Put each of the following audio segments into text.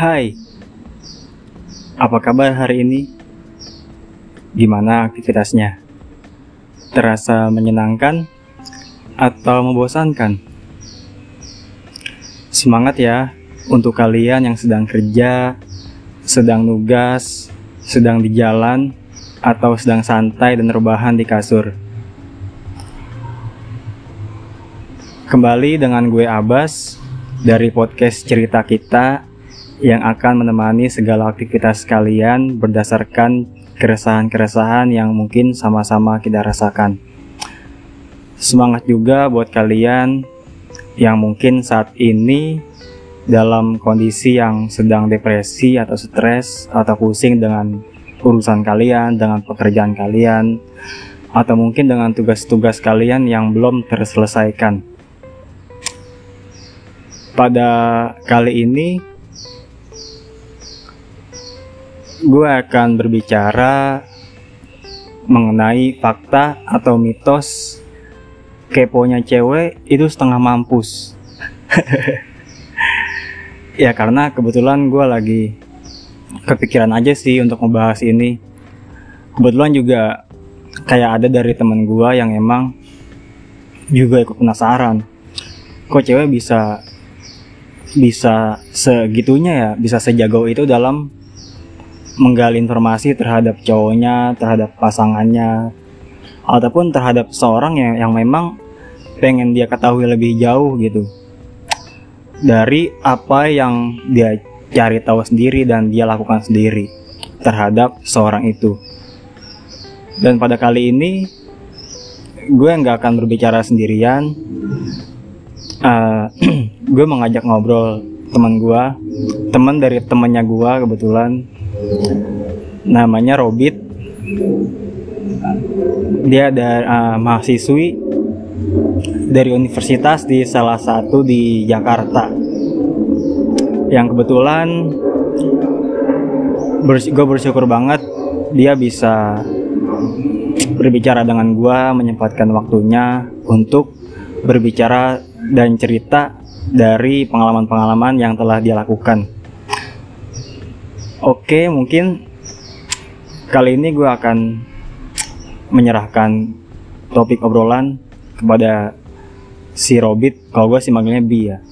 Hai, apa kabar hari ini? Gimana aktivitasnya? Terasa menyenangkan atau membosankan? Semangat ya untuk kalian yang sedang kerja, sedang nugas, sedang di jalan, atau sedang santai dan rebahan di kasur. Kembali dengan gue Abbas dari podcast Cerita Kita yang akan menemani segala aktivitas kalian berdasarkan keresahan-keresahan yang mungkin sama-sama kita rasakan. Semangat juga buat kalian yang mungkin saat ini dalam kondisi yang sedang depresi atau stres atau pusing dengan urusan kalian, dengan pekerjaan kalian, atau mungkin dengan tugas-tugas kalian yang belum terselesaikan. Pada kali ini gue akan berbicara mengenai fakta atau mitos keponya cewek itu setengah mampus. Ya karena kebetulan gue lagi kepikiran aja sih untuk membahas ini. Kebetulan juga kayak ada dari temen gue yang emang juga ikut penasaran, kok cewek bisa segitunya ya, bisa sejago itu dalam menggali informasi terhadap cowoknya, terhadap pasangannya, ataupun terhadap seorang yang memang pengen dia ketahui lebih jauh gitu dari apa yang dia cari tahu sendiri dan dia lakukan sendiri terhadap seorang itu. Dan pada kali ini gue nggak akan berbicara sendirian. Gue mengajak ngobrol teman dari temannya gue kebetulan, namanya Robit. Dia dari mahasiswi dari universitas di salah satu di Jakarta, yang kebetulan gue bersyukur banget dia bisa berbicara dengan gue, menyempatkan waktunya untuk berbicara dan cerita dari pengalaman-pengalaman yang telah dia lakukan. Oke, mungkin kali ini gue akan menyerahkan topik obrolan kepada si Robit. Kalau gue sih manggilnya Bi ya.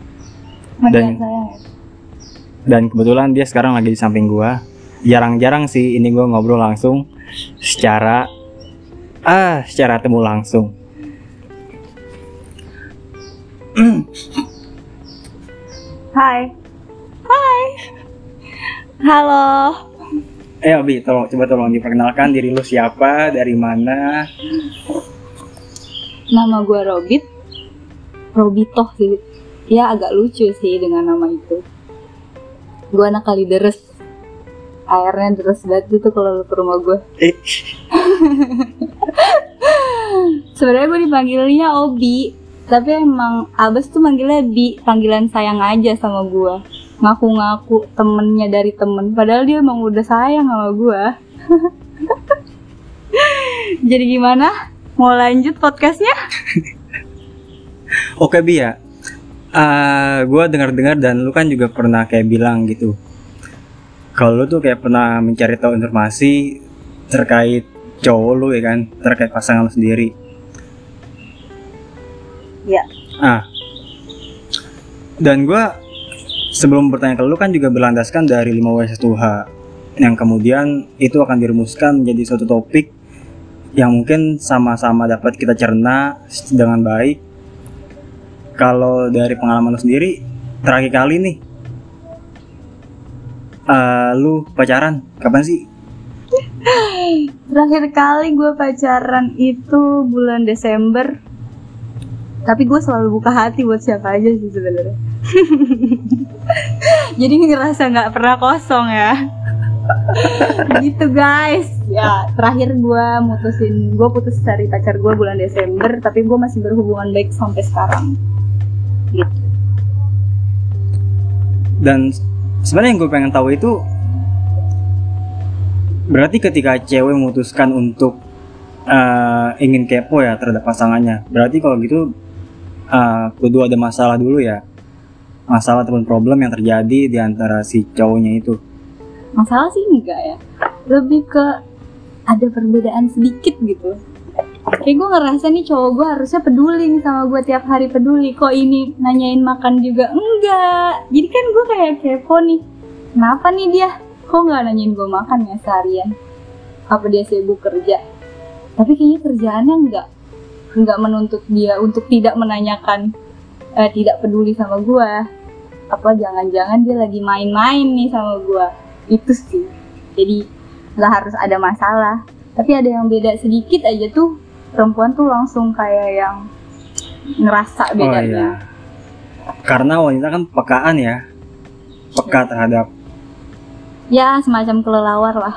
Dan kebetulan dia sekarang lagi di samping gue. Jarang-jarang sih ini gue ngobrol langsung secara temu langsung. Hai. Halo. Bi, tolong diperkenalkan diri lu siapa, dari mana? Nama gue Robitoh sih. Ya agak lucu sih dengan nama itu. Gue anak Kalideres. Airnya deres banget gitu kalau lu ke rumah gue. Sebenarnya gue dipanggilnya Obi, tapi emang Abbas tuh manggilnya Bi, panggilan sayang aja sama gue. Ngaku-ngaku temennya dari temen, padahal dia emang udah sayang sama gue. Jadi gimana? Mau lanjut podcastnya? Oke Bi ya, gue dengar dan lu kan juga pernah kayak bilang gitu, kalau lu tuh kayak pernah mencari tahu informasi terkait cowok lu ya kan, terkait pasangan lu sendiri. Ya. Dan gue sebelum bertanya ke lu kan juga berlandaskan dari 5W1H yang kemudian itu akan dirumuskan menjadi suatu topik yang mungkin sama-sama dapat kita cerna dengan baik. Kalau dari pengalaman lu sendiri, terakhir kali nih lu pacaran kapan sih? Terakhir kali gue pacaran itu bulan Desember. Tapi gue selalu buka hati buat siapa aja sih sebenarnya. Jadi ngerasa nggak pernah kosong ya. Gitu guys. Ya terakhir gue putus dari pacar gue bulan Desember, tapi gue masih berhubungan baik sampai sekarang. Gitu. Dan sebenarnya yang gue pengen tahu itu, berarti ketika cewek memutuskan untuk ingin kepo ya terhadap pasangannya, berarti kalau gitu kudu ada masalah dulu ya. masalah ataupun problem yang terjadi di antara si cowoknya itu? Masalah sih enggak ya, lebih ke ada perbedaan sedikit gitu. Kayak gue ngerasa nih cowok gue harusnya peduli nih sama gue, tiap hari peduli. Kok ini nanyain makan juga enggak. Jadi kan gue kayak kepo nih, kenapa nih dia kok nggak nanyain gue makan ya seharian? Apa dia sibuk kerja? Tapi kayaknya kerjaannya nggak menuntut dia untuk tidak menanyakan, tidak peduli sama gue. Apa jangan-jangan dia lagi main-main nih sama gue? Itu sih. Jadi nggak harus ada masalah, tapi ada yang beda sedikit aja tuh, perempuan tuh langsung kayak yang ngerasa bedanya. Oh, iya. Karena wanita kan pekaan ya, peka terhadap ya semacam kelelawar lah.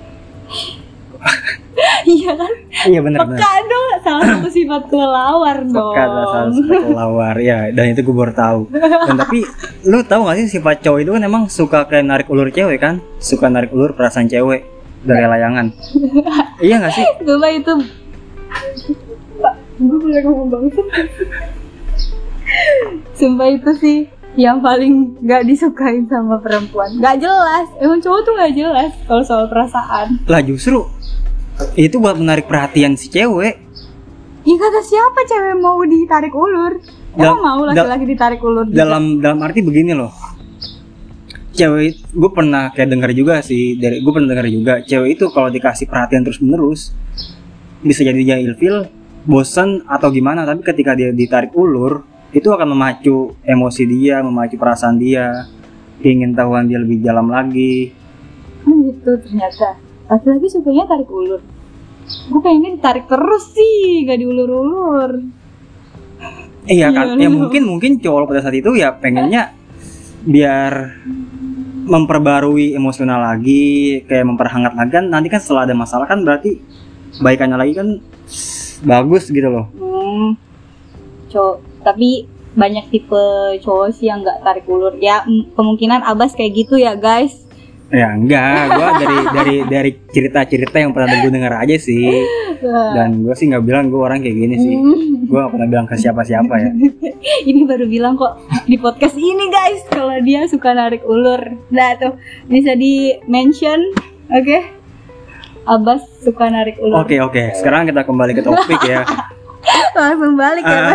Iya kan? Iya benar. Peka dong, salah satu sifat kelelawar dong. Peka adalah salah satu kelelawar ya, dan itu gue baru tahu. Dan tapi lu tahu gak sih sifat cowok itu kan emang suka kayak narik ulur cewek kan, suka narik ulur perasaan cewek dari layangan. Iya gak sih? Coba itu Pak, gue boleh ngomong banget. Sumpah itu sih yang paling gak disukain sama perempuan. Gak jelas, emang cowok tuh gak jelas kalau soal perasaan. Lah justru itu buat menarik perhatian si cewek. Ya kata siapa cewek mau ditarik ulur? Emang mau laki-laki ditarik ulur juga? Dalam arti begini loh, cewek, gue pernah kayak dengar juga sih, gue pernah dengar juga, cewek itu kalau dikasih perhatian terus menerus bisa jadi dia ilfil, bosan atau gimana, tapi ketika dia ditarik ulur itu akan memacu emosi dia, memacu perasaan dia, ingin tahuan dia lebih dalam lagi. Gitu ternyata laki-laki sukanya tarik ulur. Gue pengennya ditarik terus sih, gak diulur-ulur. Iya kan, ya mungkin cowok pada saat itu ya pengennya biar memperbarui emosional lagi, kayak memperhangat lagi kan. Nanti kan setelah ada masalah kan berarti baikannya lagi kan bagus gitu loh. Tapi banyak tipe cowok sih yang nggak tarik ulur. Ya kemungkinan Abbas kayak gitu ya guys. Ya enggak, gue dari cerita-cerita yang pernah gue dengar aja sih. Dan gue sih nggak bilang gue orang kayak gini sih. Gue nggak pernah bilang ke siapa-siapa ya. Ini baru bilang kok di podcast ini guys, kalau dia suka narik ulur. Nah tuh bisa di mention, oke? Abbas suka narik ulur. Oke. Sekarang kita kembali ke topik ya. Langsung balik ya.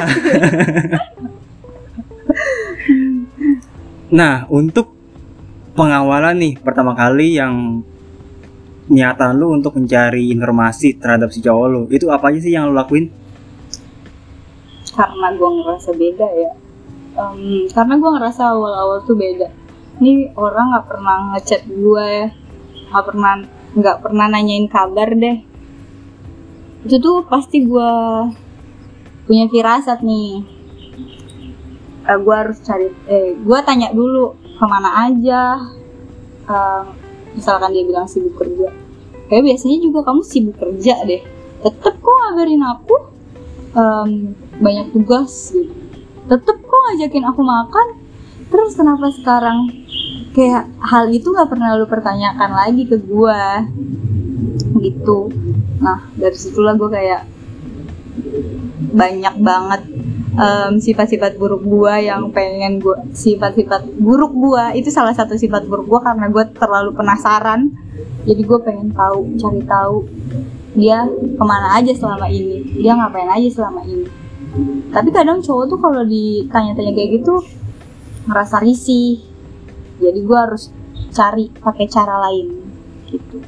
Nah, untuk pengawalan nih, pertama kali yang niatan lu untuk mencari informasi terhadap si cowok lu, itu apa aja sih yang lu lakuin? Karena gue ngerasa beda ya. Karena gue ngerasa awal-awal tuh beda. Ini orang nggak pernah ngechat gue ya, nggak pernah nanyain kabar deh. Itu tuh pasti gue punya firasat nih. Gue harus gue tanya dulu kemana aja. Misalkan dia bilang sibuk kerja, kayak biasanya juga kamu sibuk kerja deh, tetep kok ngabarin aku banyak tugas gitu. Tetep kok ngajakin aku makan. Terus kenapa sekarang kayak hal itu nggak pernah lu pertanyakan lagi ke gue gitu. Nah dari situlah gue kayak banyak banget sifat-sifat buruk gua yang pengen gua, sifat-sifat buruk gua itu salah satu sifat buruk gua karena gua terlalu penasaran. Jadi gua pengen cari tahu dia kemana aja selama ini, dia ngapain aja selama ini. Tapi kadang cowok tuh kalau ditanya-tanya kayak gitu ngerasa risih. Jadi gua harus cari pakai cara lain gitu.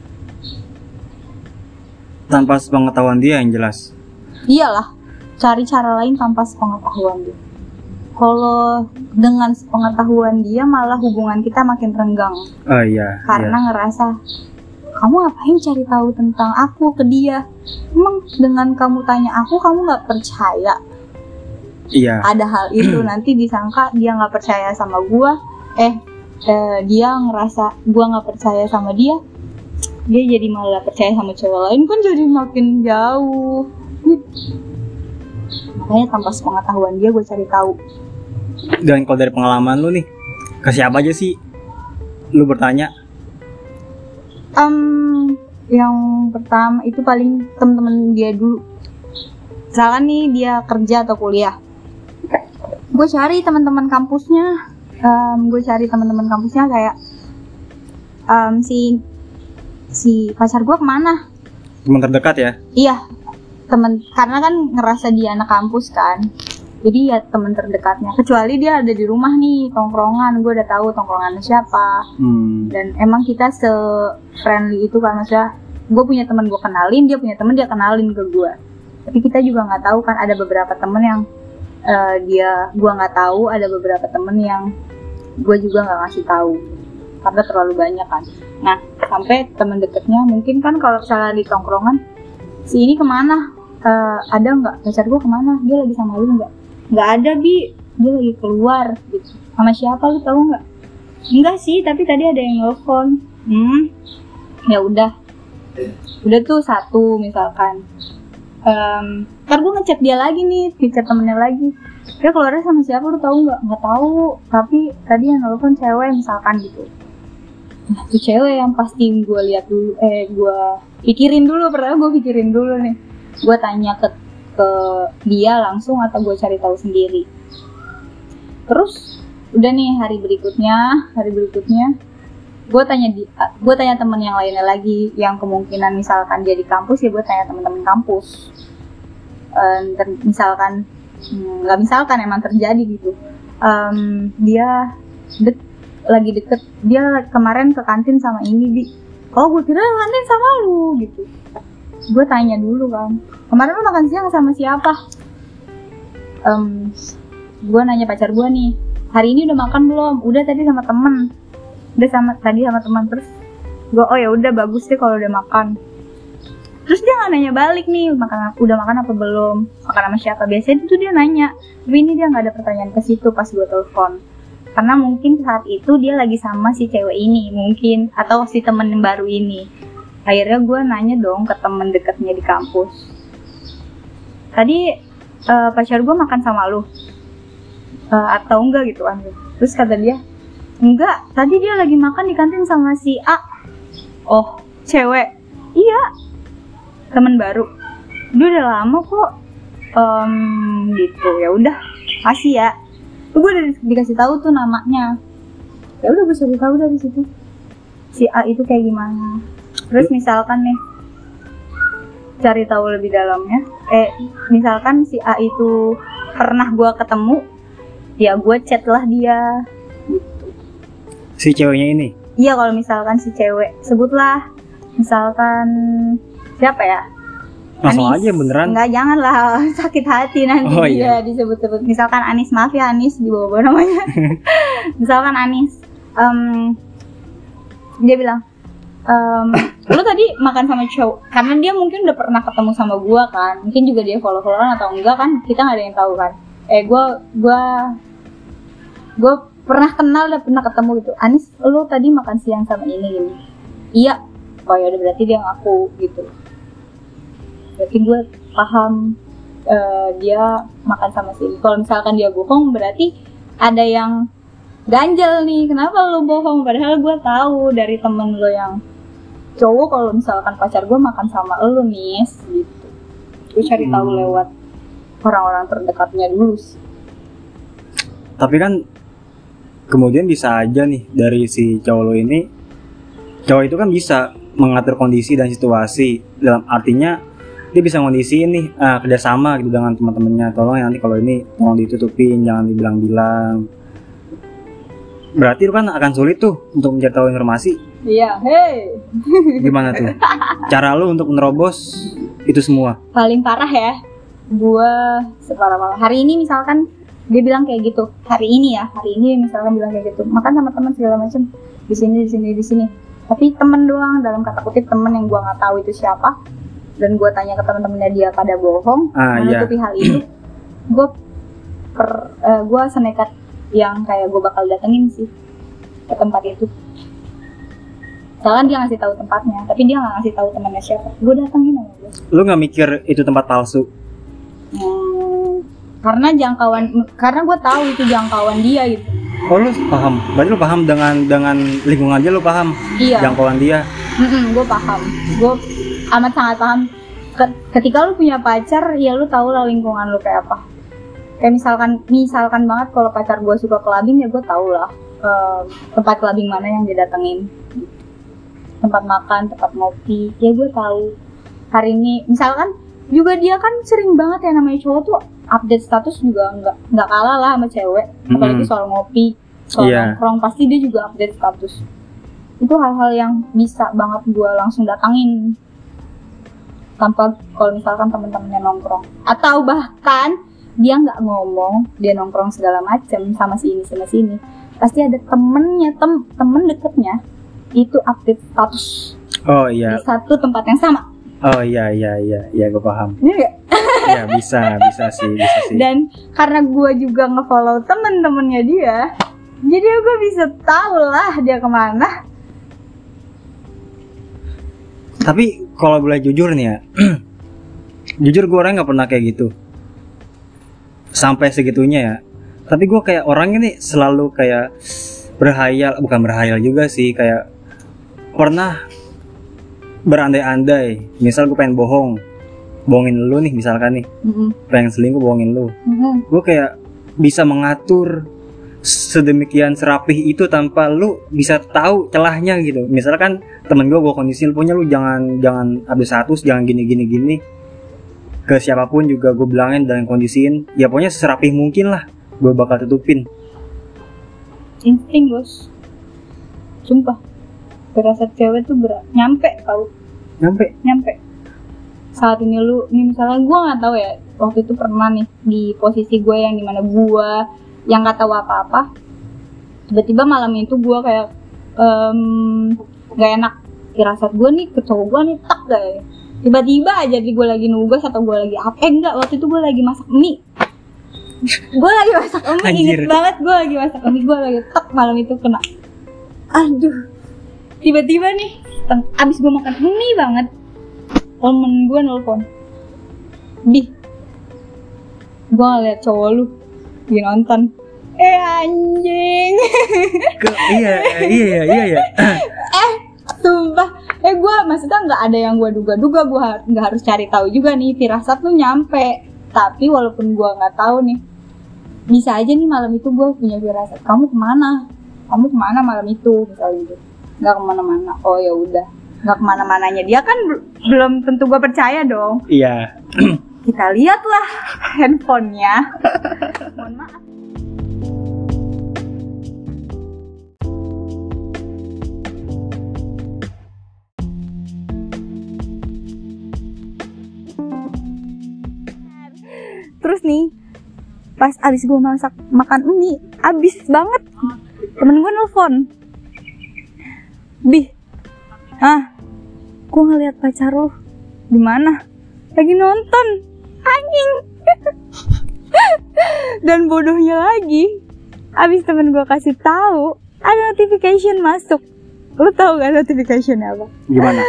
Tanpa sepengetahuan dia yang jelas. Iyalah, cari cara lain tanpa sepengetahuan dia. Kalau dengan sepengetahuan dia malah hubungan kita makin renggang. Oh iya. Karena ngerasa kamu ngapain cari tahu tentang aku ke dia? Emang dengan kamu tanya aku kamu nggak percaya? Iya. Ada hal itu nanti disangka dia nggak percaya sama gua. Dia ngerasa gua nggak percaya sama dia. Dia jadi malah percaya sama cewek lain, kan jadi makin jauh. Makanya tanpa sepengetahuan dia gue cari tahu. Dan kalau dari pengalaman lu nih, ke siapa aja sih lu bertanya? Yang pertama itu paling temen-temen dia dulu. Misalkan nih dia kerja atau kuliah, gue gue cari teman-teman kampusnya. Kayak si pacar gue kemana? Teman terdekat ya? Iya, temen, karena kan ngerasa dia anak kampus kan, jadi ya teman terdekatnya. Kecuali dia ada di rumah nih, tongkrongan, gue udah tahu tongkrongannya siapa. Dan emang kita se-friendly itu kan, maksudnya gue punya teman gue kenalin, dia punya teman dia kenalin ke gue. Tapi kita juga nggak tahu kan, ada beberapa temen yang gue nggak tahu, ada beberapa temen yang gue juga nggak ngasih tahu karena terlalu banyak kan. Nah, sampai teman deketnya mungkin kan kalau misalnya di tongkrongan, si ini kemana? Ada nggak pacar gue kemana? Dia lagi sama lu nggak? Nggak ada, Bi, dia lagi keluar gitu. Sama siapa, lu tahu nggak? Enggak sih, tapi tadi ada yang nelfon. Ya udah tuh satu misalkan. Ntar gue ngechat dia lagi nih, ngechat temennya lagi. Dia keluarnya sama siapa, lu tahu nggak? Nggak tahu, tapi tadi yang nelfon cewek misalkan gitu. Nah, tuh cewek yang pasti gue lihat dulu, gue pikirin dulu nih. Gue tanya ke dia langsung atau gue cari tahu sendiri. Terus udah nih hari berikutnya gue tanya teman yang lainnya lagi, yang kemungkinan misalkan dia di kampus, ya gue tanya teman-teman kampus. Misalkan nggak misalkan emang terjadi gitu, dia lagi deket, dia kemarin ke kantin sama ini, Bi. Oh, gue kira kantin sama lu gitu. Gue tanya dulu kan, kemarin lu makan siang sama siapa? Gue nanya pacar gue nih, hari ini udah makan belum? Udah, tadi sama temen. Terus gue, oh ya udah, bagus deh kalau udah makan. Terus dia nggak nanya balik nih, udah makan apa belum, makan sama siapa. Biasanya itu dia nanya, tapi ini dia nggak ada pertanyaan ke situ pas gue telepon. Karena mungkin saat itu dia lagi sama si cewek ini mungkin, atau si temen yang baru ini. Akhirnya gue nanya dong ke temen dekatnya di kampus, tadi pacar gue makan sama lu atau enggak gitu kan. Terus kata dia, enggak, tadi dia lagi makan di kantin sama si A. Oh, cewek? Iya, temen baru. Dia udah lama kok. Gitu. Ya udah, kasih ya. Gue udah dikasih tahu tuh namanya. Ya udah, gue cari tahu dari situ si A itu kayak gimana. Terus misalkan nih, cari tahu lebih dalamnya. Misalkan si A itu pernah gue ketemu, ya gue chat lah dia. Gitu. Si ceweknya ini? Iya, kalau misalkan si cewek, sebutlah. Misalkan siapa ya? Langsung Anis. Aja beneran? Enggak, janganlah, sakit hati nanti dia disebut-sebut. Misalkan Anis, maaf ya Anis, dibawa-bawa namanya. Misalkan Anis, dia bilang, lu tadi makan sama cowok, karena dia mungkin udah pernah ketemu sama gua kan, mungkin juga dia follow-followan atau enggak kan, kita nggak ada yang tahu kan. Gue pernah kenal dan pernah ketemu gitu. Anis, lu tadi makan siang sama ini. Iya. Oh ya udah, berarti dia ngaku gitu. Berarti gue paham dia makan sama si ini. Kalau misalkan dia bohong, berarti ada yang ganjel nih. Kenapa lu bohong? Padahal gue tahu dari temen lo yang cowok, kalau misalkan pacar gue makan sama lu, Nis, gitu. Gue cari tahu lewat orang-orang terdekatnya dulu sih. Tapi kan kemudian bisa aja nih dari si cowok lo ini, cowok itu kan bisa mengatur kondisi dan situasi, dalam artinya dia bisa ngondisiin nih kerjasama gitu dengan teman-temannya, tolong ya nanti kalau ini tolong ditutupin, jangan dibilang-bilang. Berarti lu kan akan sulit tuh untuk mencari tahu informasi. Iya, hey. Gimana tuh cara lu untuk menerobos itu semua? Paling parah ya, gue separah-parah. Hari ini misalkan dia bilang kayak gitu, hari ini misalkan bilang kayak gitu, makan sama teman segala macam, di sini. Tapi temen doang, dalam kata kutip temen yang gue nggak tahu itu siapa, dan gue tanya ke teman-temannya dia pada bohong menutupi hal itu. Gue senekat yang kayak gue bakal datengin sih ke tempat itu. Misalkan dia ngasih tahu tempatnya, tapi dia nggak ngasih tahu temannya siapa, gue datengin sama gue. Lu nggak mikir itu tempat palsu? Karena gue tahu itu jangkauan dia gitu. Oh, lu paham? Berarti lu paham dengan lingkungan dia, lu paham? Iya. Jangkauan dia? Gue paham. Gue amat sangat paham. Ketika lu punya pacar, ya lu tahu lah lingkungan lu kayak apa. Kayak misalkan banget kalau pacar gue suka clubbing, ya gue tau lah tempat clubbing mana yang dia datengin, tempat makan, tempat ngopi, ya gue tahu. Hari ini misalkan juga dia kan sering banget ya, namanya cowok tuh update status juga nggak kalah lah sama cewek, apalagi soal ngopi, soal nongkrong, pasti dia juga update status. Itu hal-hal yang bisa banget gue langsung datangin tanpa kalau misalkan temen-temennya nongkrong, atau bahkan dia nggak ngomong, dia nongkrong segala macem sama si ini sama si ini, pasti ada temennya, temen deketnya itu update status. Oh iya. Di satu tempat yang sama. Oh iya, gue paham. Iya nggak? Ya bisa sih. Dan karena gue juga nge-follow temen-temennya dia, jadi gue bisa tahu lah dia kemana. Tapi kalau boleh jujur nih ya, jujur gue orang nggak pernah kayak gitu sampai segitunya ya. Tapi gue kayak orangnya nih selalu kayak bukan berhayal juga sih, kayak pernah berandai-andai. Misal gue pengen bohongin lu nih misalkan nih, pengen selingkuh bohongin lu, gue kayak bisa mengatur sedemikian serapih itu tanpa lu bisa tahu celahnya gitu. Misalkan temen gue kondisi lu punya, lu jangan update status, jangan gini ke siapapun juga gue bilangin dan kondisiin, ya pokoknya serapih mungkin lah gue bakal tutupin. Insting bos, sumpah berasa cewek tuh nyampe saat ini. Lu nih misalnya gue nggak tahu ya, waktu itu pernah nih di posisi gue yang dimana gue yang nggak tahu apa-apa, tiba-tiba malam itu gue kayak nggak enak, firasat gue nih ke cowok gue nih tak gak, tiba-tiba aja gue lagi nugas atau gue lagi apa, enggak, waktu itu gue lagi masak mie. Inget banget gue lagi masak mie, gue lagi tak malam itu kena, aduh, tiba-tiba nih abis gue makan mie banget, temen gue nelfon, gue ngeliat cowok lu lagi nonton. Anjing. Iya. Sumpah. Gue maksudnya nggak ada yang gue duga-duga, gue nggak harus cari tahu juga nih, firasat tuh nyampe. Tapi walaupun gue nggak tahu nih, bisa aja nih malam itu gue punya firasat, kamu kemana malam itu misalnya gitu. Nggak kemana-mana. Oh ya udah, nggak kemana-mananya dia kan belum tentu gue percaya dong. Iya. Kita lihatlah handphonenya. Mohon maaf. Terus nih, pas abis gue makan mie, abis banget, temen gue nelfon, gue ngeliat pacar lu di mana? Lagi nonton. Anjing. Dan bodohnya lagi, abis temen gue kasih tahu, ada notification masuk. Lu tahu gak notificationnya apa? Gimana?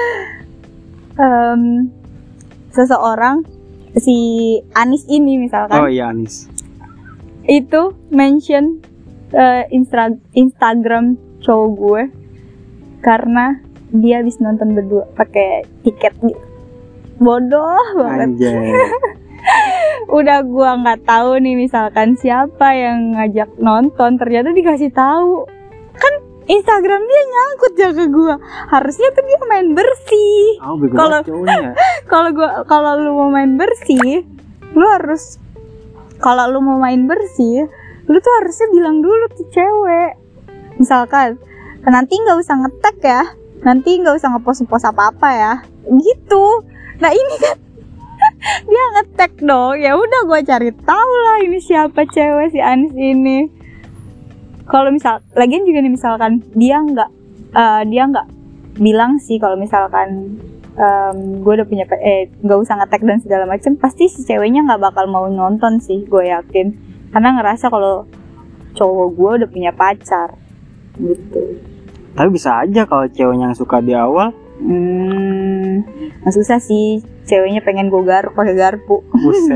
Seseorang, si Anis ini misalkan. Oh iya, Anis. Itu mention Instagram cowok gue karena dia habis nonton berdua pakai tiket gitu. Bodoh banget. Udah gue nggak tahu nih misalkan siapa yang ngajak nonton, ternyata dikasih tahu. Kan Instagram dia nyangkut ya ke gue. Harusnya tuh dia main bersih. Kalau lu mau main bersih, lu tuh harusnya bilang dulu tuh cewek. Misalkan, nanti nggak usah nge-tag ya, nanti nggak usah ngepost apa-apa ya, gitu. Nah ini kan dia nge-tag dong, ya udah gue cari tahu lah ini siapa cewek si Anis ini. Kalau lagian juga nih misalkan dia nggak bilang sih kalau misalkan gue udah punya nggak usah nge-tag dan segala macem, pasti si ceweknya nggak bakal mau nonton sih, gue yakin, karena ngerasa kalau cowok gue udah punya pacar gitu. Tapi bisa aja kalau ceweknya yang suka di awal. Nggak susah sih, ceweknya pengen gue garuk pakai garpu. Buset.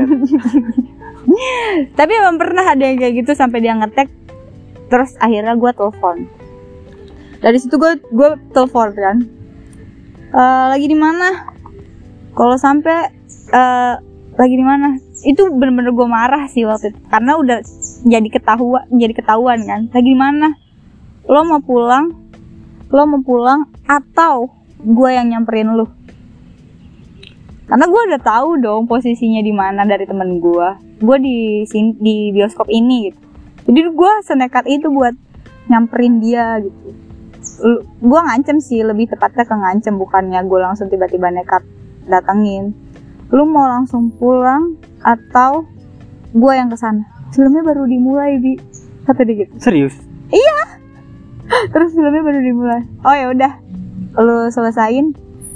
Tapi emang pernah ada yang kayak gitu sampai dia nge-tag, terus akhirnya gue telepon. Dari situ gue telepon kan, lagi di mana? Kalau sampai lagi di mana? itu bener-bener gue marah sih waktu itu, karena udah jadi ketahuan kan. Lagi mana lo mau pulang atau gue yang nyamperin lo? Karena gue udah tahu dong posisinya di mana dari temen gue di bioskop ini gitu. Jadi gue senekat itu buat nyamperin dia gitu. Gue ngancem sih, lebih tepatnya ke ngancem, bukannya gue langsung tiba-tiba nekat datengin. Lu mau langsung pulang atau gue yang kesana? Filmnya baru dimulai, Bi, kata dia gitu. Serius? Iya. Terus filmnya baru dimulai. Oh ya udah, lu selesain.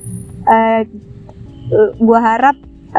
Gue harap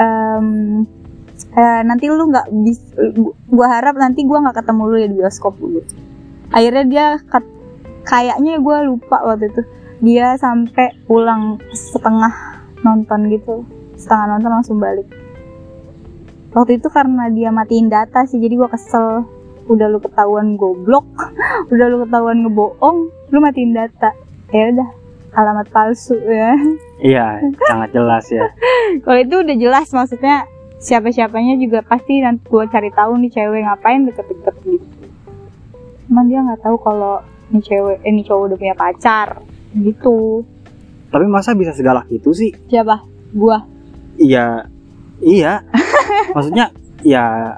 nanti lu nggak gue harap nanti gue nggak ketemu lu di bioskop gitu. Akhirnya dia kayaknya gue lupa waktu itu dia sampai pulang setengah nonton langsung balik. Waktu itu karena dia matiin data sih, jadi gue kesel. Udah lu ketahuan goblok, udah lu ketahuan ngebohong, lu matiin data. Ya udah, alamat palsu ya. Iya, sangat jelas ya. Kalau itu udah jelas, maksudnya siapa-siapanya juga pasti nanti gue cari tahu nih cewek ngapain deket-deket gitu. Cuman dia nggak tahu kalau ini cowok udah punya pacar gitu. Tapi masa bisa segalak itu sih? Siapa? Gua. Iya. Maksudnya ya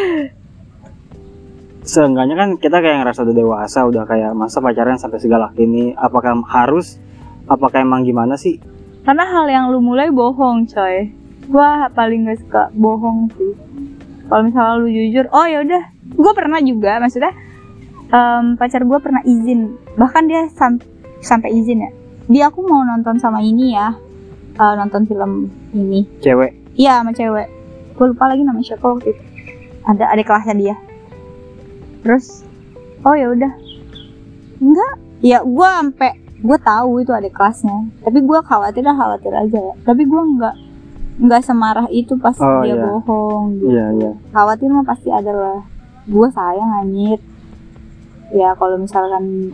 seenggaknya kan kita kayak ngerasa udah dewasa, udah kayak masa pacaran sampai segalak ini. Apakah emang gimana sih? Karena hal yang lu mulai bohong, coy. Gua paling gak suka bohong sih. Kalau misalnya lu jujur, oh ya udah. Gua pernah juga, maksudnya pacar gua pernah izin. Bahkan dia sampai izin ya. Dia aku mau nonton sama ini ya. Nonton film ini. Cewek? Iya, sama cewek. Gue lupa lagi namanya siapa waktu itu. Ada kelasnya dia. Terus, oh ya udah. Enggak. Ya gue tahu itu ada kelasnya. Tapi gue khawatir aja ya. Tapi gue enggak semarah itu pas dia bohong. Gitu. Iya. Khawatir mah pasti ada lah. Gue sayang anjir. Ya kalau misalkan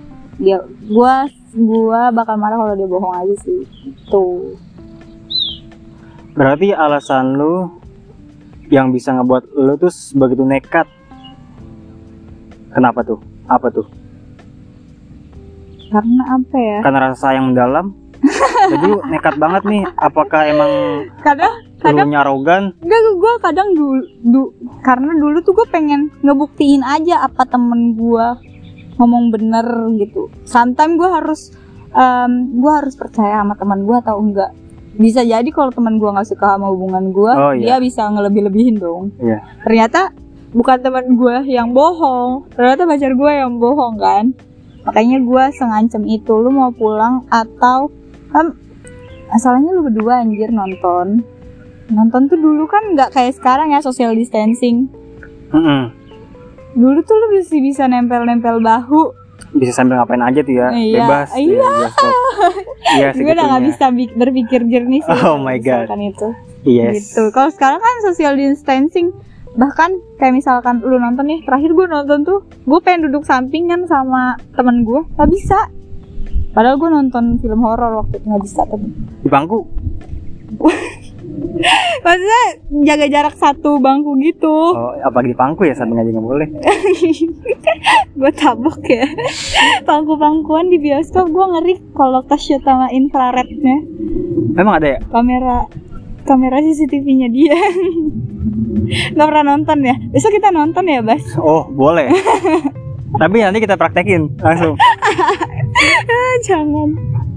gue bakal marah kalau dia bohong aja sih. Tuh. Berarti alasan lu yang bisa ngebuat lu tuh begitu nekat. Kenapa tuh? Apa tuh? Karena apa ya? Karena rasa sayang mendalam. Jadi lu nekat banget nih. Apakah emang kadang lu nyarogan? Enggak, gue kadang karena dulu tuh gue pengen ngebuktiin aja apa temen gue ngomong bener gitu. Sometimes gue harus percaya sama teman gue atau enggak. Bisa jadi kalau teman gue nggak suka sama hubungan gue, dia bisa ngelebih-lebihin dong. Iya. Ternyata bukan teman gue yang bohong, ternyata pacar gue yang bohong kan. Makanya gue sengancem itu, lu mau pulang atau asalnya lu berdua anjir nonton tuh dulu kan nggak kayak sekarang ya, social distancing. Dulu tuh lu bisa nempel-nempel bahu, bisa sambil ngapain aja tuh ya, bebas. Iya, gue udah nggak bisa berpikir jernih sih. Oh my god. Itu. Yes. Gitu. Kalau sekarang kan social distancing, bahkan kayak misalkan lu nonton nih, terakhir gue nonton tuh, gue pengen duduk sampingan sama temen gue, nggak bisa. Padahal gue nonton film horor waktu itu, nggak bisa tuh. Di bangku? Maksudnya jaga jarak satu bangku gitu. Oh, apa di bangku ya, samping aja nggak boleh. Gue tabok ya. Bangku-bangkuan di bioskop gue ngeri kalau ke-shoot sama infrarednya. Memang ada ya? Kamera CCTV-nya dia. Gak pernah nonton ya? Besok kita nonton ya, Bas? Oh, boleh. Tapi nanti kita praktekin langsung. Jangan.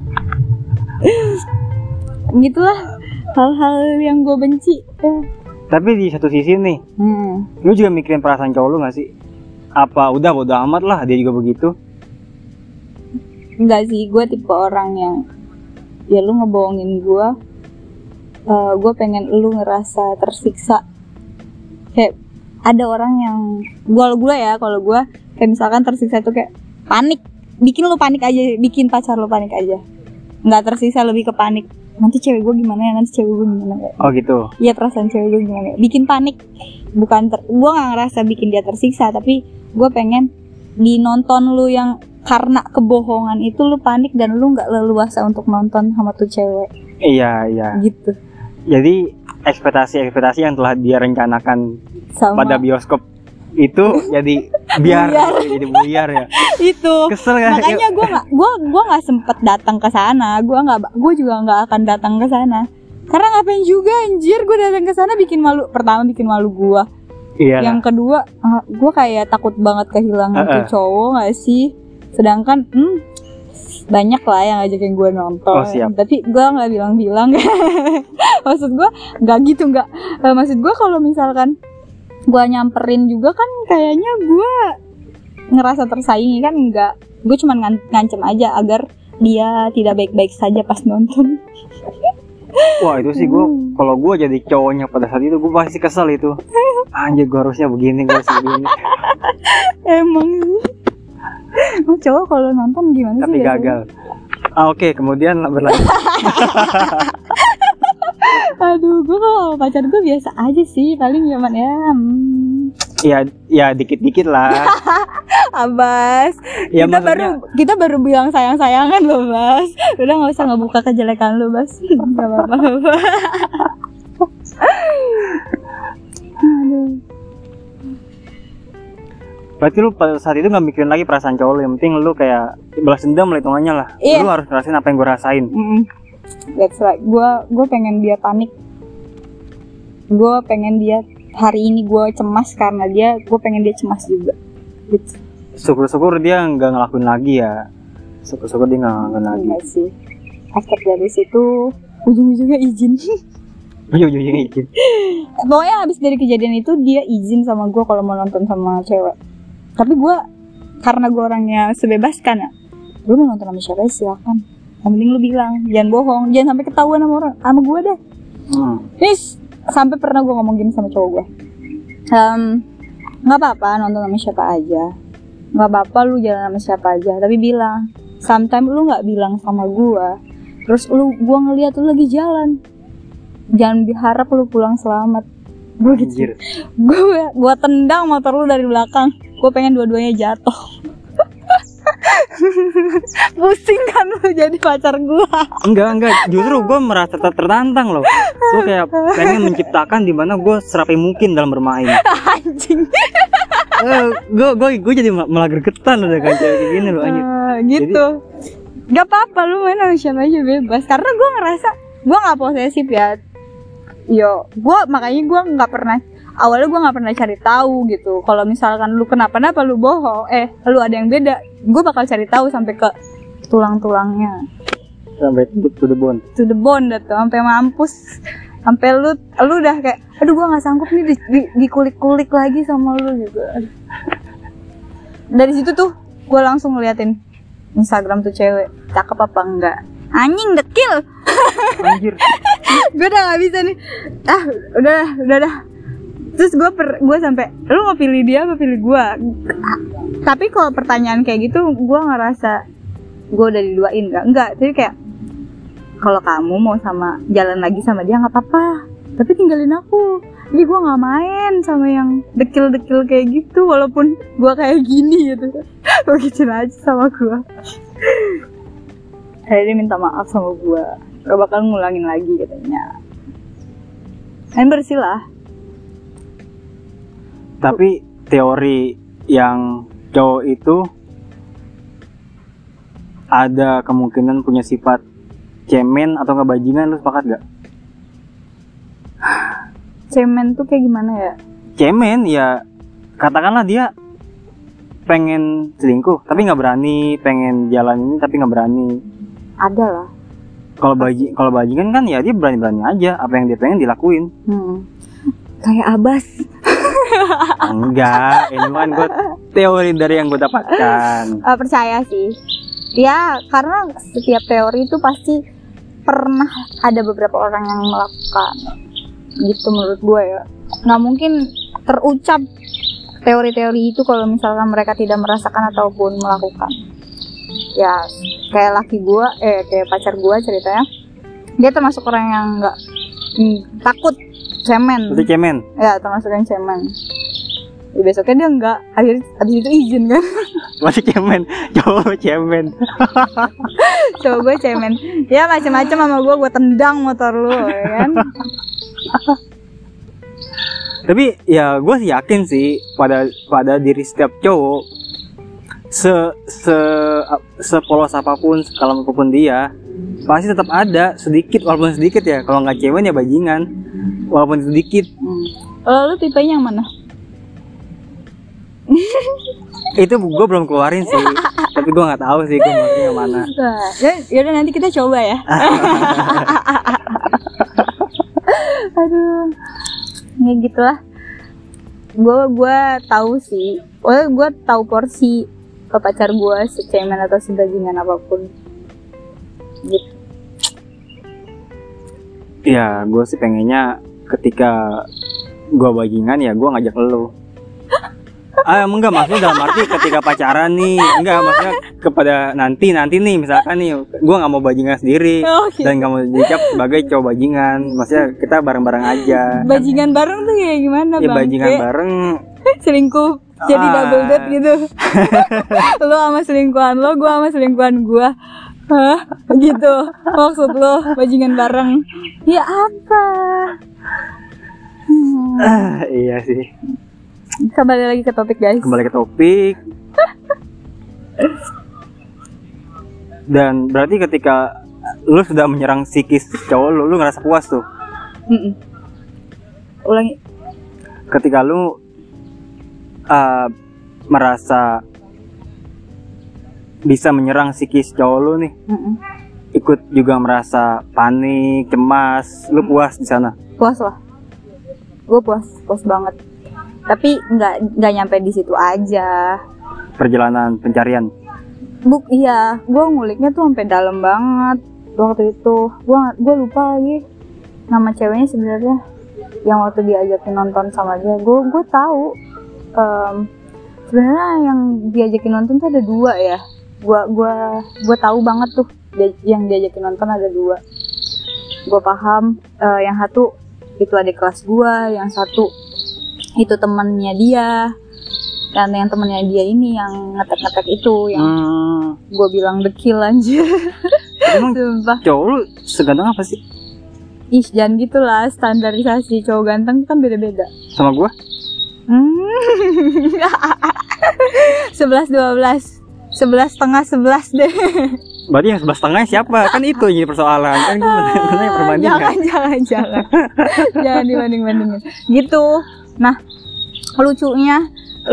Gitulah hal-hal yang gue benci. Tapi di satu sisi nih, lu juga mikirin perasaan cowok lu gak sih? Apa udah bodo amat lah, dia juga begitu? Enggak sih, gue tipe orang yang ya lu ngebohongin gue pengen lu ngerasa tersiksa. Kayak ada orang yang kalau gue kayak misalkan tersiksa itu kayak panik, bikin lu panik aja, bikin pacar lu panik aja. Nggak tersiksa, lebih ke panik. Nanti cewek gue gimana ya, nanti cewek gue gimana ya. Oh gitu. Iya, perasaan cewek gue gimana ya. Bikin panik. Gue nggak ngerasa bikin dia tersiksa, tapi gue pengen di nonton lu yang karena kebohongan itu lu panik dan lu nggak leluasa untuk nonton sama tuh cewek. Iya. Gitu. Jadi ekspektasi yang telah dia rencanakan Sama. pada bioskop itu jadi buyar ya. Itu. Kesel kan? Makanya gue nggak sempet datang ke sana. Gue juga nggak akan datang ke sana. Karena ngapain juga anjir gue datang ke sana bikin malu. Pertama bikin malu gue. Iya. Yang kedua, gue kayak takut banget kehilangan tuh cowok nggak sih? Sedangkan banyak lah yang ngajakin gue nonton. Oh, siap. Tapi gue nggak bilang-bilang. Maksud gue nggak gitu nggak. Maksud gue kalau misalkan gue nyamperin juga kan kayaknya gue ngerasa tersaingi kan enggak. Gue cuma ngancem aja agar dia tidak baik-baik saja pas nonton. Wah itu sih gue, kalau gue jadi cowoknya pada saat itu gue pasti kesel itu. Anjir gue harusnya begini, gue harus begini. Emang sih. Cowok kalau nonton gimana tapi sih? Tapi gagal. Oke, kemudian berlanjut. Aduh, gue kalau pacar gue biasa aja sih, paling zaman ya dikit-dikit lah. Abas, ya, kita baru bilang sayang-sayangan loh, Bas. Udah nggak usah ngebuka kejelekan lo, Bas. Gak apa-apa. Aduh. Berarti lu pada saat itu gak mikirin lagi perasaan cowok lu, yang penting lu kayak balas dendam lah hitungannya lah. Lu harus ngerasain apa yang gue rasain. That's right. Gue pengen dia panik. Gue pengen dia hari ini gue cemas karena dia. Gue pengen dia cemas juga. Gitu. Syukur-syukur dia nggak ngelakuin lagi ya. Syukur-syukur dia nggak ngelakuin lagi. Enggak sih. After dari situ ujung-ujungnya izin. Ujung-ujungnya izin. Pokoknya habis dari kejadian itu dia izin sama gue kalau mau nonton sama cewek. Tapi gue karena gue orangnya sebebaskan ya. Lu mau nonton sama siapa silakan. Yang penting lu bilang, jangan bohong, jangan sampai ketahuan sama gue deh. Terus sampai pernah gue ngomong gini sama cowok gue. Nggak apa-apa nonton sama siapa aja. Nggak apa-apa lu jalan sama siapa aja. Tapi bilang, sometimes lu nggak bilang sama gue. Terus gue ngeliat lu lagi jalan. Jangan diharap lu pulang selamat. Gue gitu. Gue tendang motor lu dari belakang. Gue pengen dua-duanya jatuh. Pusing kan lu jadi pacar gue? Enggak, justru gue merasa tertantang loh. Gue kayak pengen menciptakan dimana gue serapi mungkin dalam bermain. Anjing. Gue jadi malah gregetan udah kayak gini loh anjir. Gitu. Jadi, gak apa-apa lu main sama siapa aja bebas. Karena gue ngerasa gue gak posesif ya. Makanya gue gak pernah. Awalnya gue gak pernah cari tahu gitu. Kalau misalkan lu kenapa-napa lu bohong, lu ada yang beda, gue bakal cari tahu sampai ke tulang-tulangnya. Sampai to the bone. To the bone dah tuh, sampai mampus. Sampai lu udah kayak, aduh gue nggak sanggup nih dikulik-kulik lagi sama lu gitu. Dari situ tuh gue langsung ngeliatin Instagram tuh cewek, cakep apa enggak. Anjing dekil. Anjir. Gue udah nggak bisa nih. Udah. Terus gue sampai, lu mau pilih dia apa pilih gue? Tapi kalau pertanyaan kayak gitu, gue ngerasa gue udah diduain enggak. Jadi kayak kalau kamu mau jalan lagi sama dia nggak apa-apa, tapi tinggalin aku. Jadi gue nggak main sama yang dekil-dekil kayak gitu, walaupun gue kayak gini gitu. Begitu aja sama gue. Dia minta maaf sama gue, gak bakal ngulangin lagi katanya. Main bersih lah. Tapi teori yang cowok itu ada kemungkinan punya sifat cemen atau nggak bajingan, lu sepakat gak? Cemen tuh kayak gimana ya? Cemen ya katakanlah dia pengen selingkuh tapi nggak berani, pengen jalan ini tapi nggak berani. Ada lah. Kalau bajingan kan ya dia berani-berani aja, apa yang dia pengen dilakuin. Kayak Abas. Enggak, ini kan gue teori dari yang gue dapatkan. Percaya sih. Ya karena setiap teori itu pasti pernah ada beberapa orang yang melakukan. Gitu menurut gue ya. Nggak mungkin terucap teori-teori itu kalau misalkan mereka tidak merasakan ataupun melakukan. Ya kayak kayak pacar gue ceritanya, dia termasuk orang yang nggak takut cemen. Itu cemen? Ya termasuk yang cemen. Besoknya dia enggak, habis itu izin kan. Masih cemen, cowok cemen. Cowok gue cemen. Ya macam-macam sama gue tendang motor lu ya kan. Tapi ya gue sih yakin sih pada diri setiap cowok, sepolos apapun, sekalam apapun dia, pasti tetap ada sedikit, walaupun sedikit ya. Kalau nggak cewek ya bajingan, walaupun sedikit. Lu tipenya yang mana? Itu gue belum keluarin sih, tapi gue nggak tahu sih gue mau yang mana. Yaudah nanti kita coba ya. Aduh, ya gitulah. Gue tahu sih, gue tahu porsi ke pacar gue secemen atau sebajingan apapun. Gitu. Ya, gue sih pengennya ketika gue bajingan ya gue ngajak lo. Enggak, maksudnya dalam arti ketika pacaran nih, enggak, maksudnya kepada nanti nih misalkan nih gue nggak mau bajingan sendiri dan nggak mau dicap sebagai cowok bajingan, maksudnya kita bareng-bareng aja. Bajingan bareng tuh kayak gimana ya, bang? Bajingan bareng selingkuh jadi double date gitu. Lo sama selingkuhan lo, gue sama selingkuhan gue. Hah? Gitu maksud lo bajingan bareng? Ya apa? Iya sih. Kembali lagi ke topik guys. Kembali ke topik. Dan berarti ketika lu sudah menyerang psikis cowok lu ngerasa puas tuh. Ulangi. Ketika lu merasa bisa menyerang psikis cowok lu nih, ikut juga merasa panik, cemas, lu puas di sana? Puas lah. Gue puas banget. Tapi nggak nyampe di situ aja. Perjalanan pencarian. Iya, gue nguliknya tuh sampai dalam banget waktu itu. Gue lupa lagi nama ceweknya sebenarnya. Yang waktu diajakin nonton sama dia, gue tahu. Sebenarnya yang diajakin nonton tuh ada 2 ya. Gue tahu banget tuh yang diajakin nonton ada 2. Gue paham. Yang satu itu adik kelas gue, yang satu itu temannya dia, dan yang temannya dia ini yang ngetek itu yang gue bilang dekil anjir. Emang cowok lu seganteng apa sih? Ih jangan gitulah, standarisasi cowok ganteng kan beda-beda. Sama gue? 11-12 11,5 11 deh. Berarti yang 11,5 siapa? Kan itu jadi persoalan. Kan gue bener-bener perbandingan. Jangan jangan dibanding-bandingin gitu. Nah, lucunya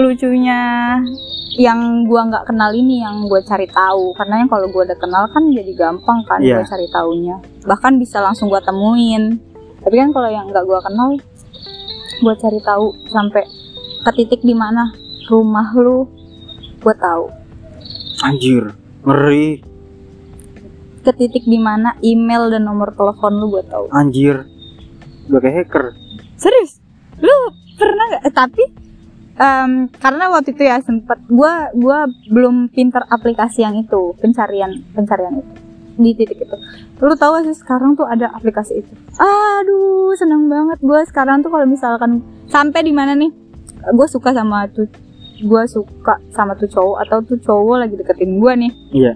yang gua nggak kenal ini yang gua cari tahu, karena yang kalau gua udah kenal kan jadi gampang kan gua cari taunya, bahkan bisa langsung gua temuin. Tapi kan kalau yang nggak gua kenal, gua cari tahu sampai ke titik di mana rumah lu, gua tahu. Anjir, ngeri. Ke titik di mana email dan nomor telepon lu gua tahu. Anjir, gua kayak hacker. Serius? Lu pernah nggak? Tapi karena waktu itu ya sempet gua belum pinter aplikasi yang itu, pencarian itu di titik itu. Lu tahu gak sih sekarang tuh ada aplikasi itu? Aduh seneng banget gua sekarang tuh kalau misalkan sampai di mana nih gua suka sama tuh cowok atau tuh cowok lagi deketin gua nih. Iya.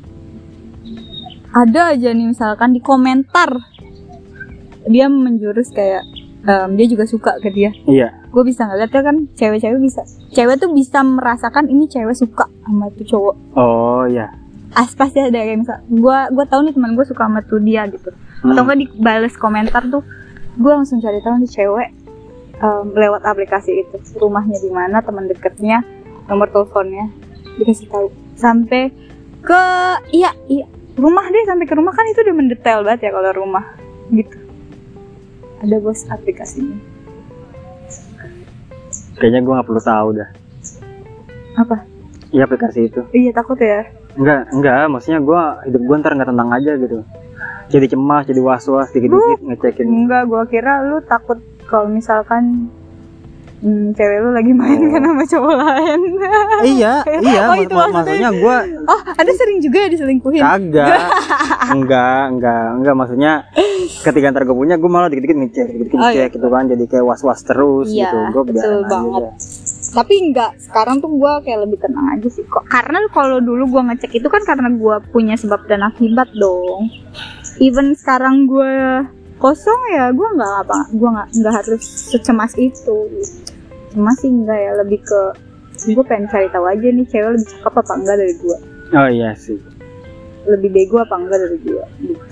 Ada aja nih misalkan di komentar dia menjurus kayak dia juga suka ke dia. Iya. Gue bisa ngeliatnya kan, cewek tuh bisa merasakan ini cewek suka sama tuh cowok. Oh iya. Pasti ada kayak misal, gue tahu nih teman gue suka sama tuh dia gitu. Atau nggak dibales komentar tuh, gue langsung cari tahu nih cewek lewat aplikasi itu, rumahnya di mana, teman dekatnya, nomor teleponnya, dikasih tahu. Sampai ke iya rumah deh, sampai ke rumah kan itu udah mendetail banget ya kalau rumah gitu. Ada bos aplikasinya. Kayaknya gue gak perlu tahu dah. Apa? Iya aplikasi itu. Iya takut ya. Enggak, maksudnya hidup gue ntar gak tenang aja gitu. Jadi cemas, jadi was-was, dikit-dikit ngecekin. Enggak, gue kira lu takut kalau misalkan cewek lu lagi main kan sama cowok lain. Iya. Maksudnya gue. Oh, ada sering juga ya diselingkuhin? Kagak. Enggak. Maksudnya ketika ntar gue punya, gue malah dikit-dikit ngecek gitu kan. Jadi kayak was-was terus gitu. Gue betul banget. Tapi enggak, sekarang tuh gue kayak lebih tenang aja sih kok. Karena kalau dulu gue ngecek itu kan karena gue punya sebab dan akibat dong. Even sekarang gue kosong ya gue nggak harus secemas itu. Cemas sih enggak ya, lebih ke gue pengen cari tahu aja nih cewek lebih cakep apa enggak dari gue, Oh iya sih. lebih bego apa enggak dari gue gitu.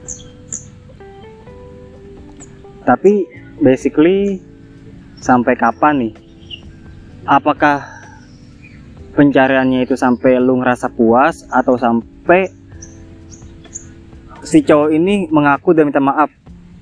Tapi basically sampai kapan nih? Apakah pencariannya itu sampai lu ngerasa puas atau sampai si cowok ini mengaku dan minta maaf?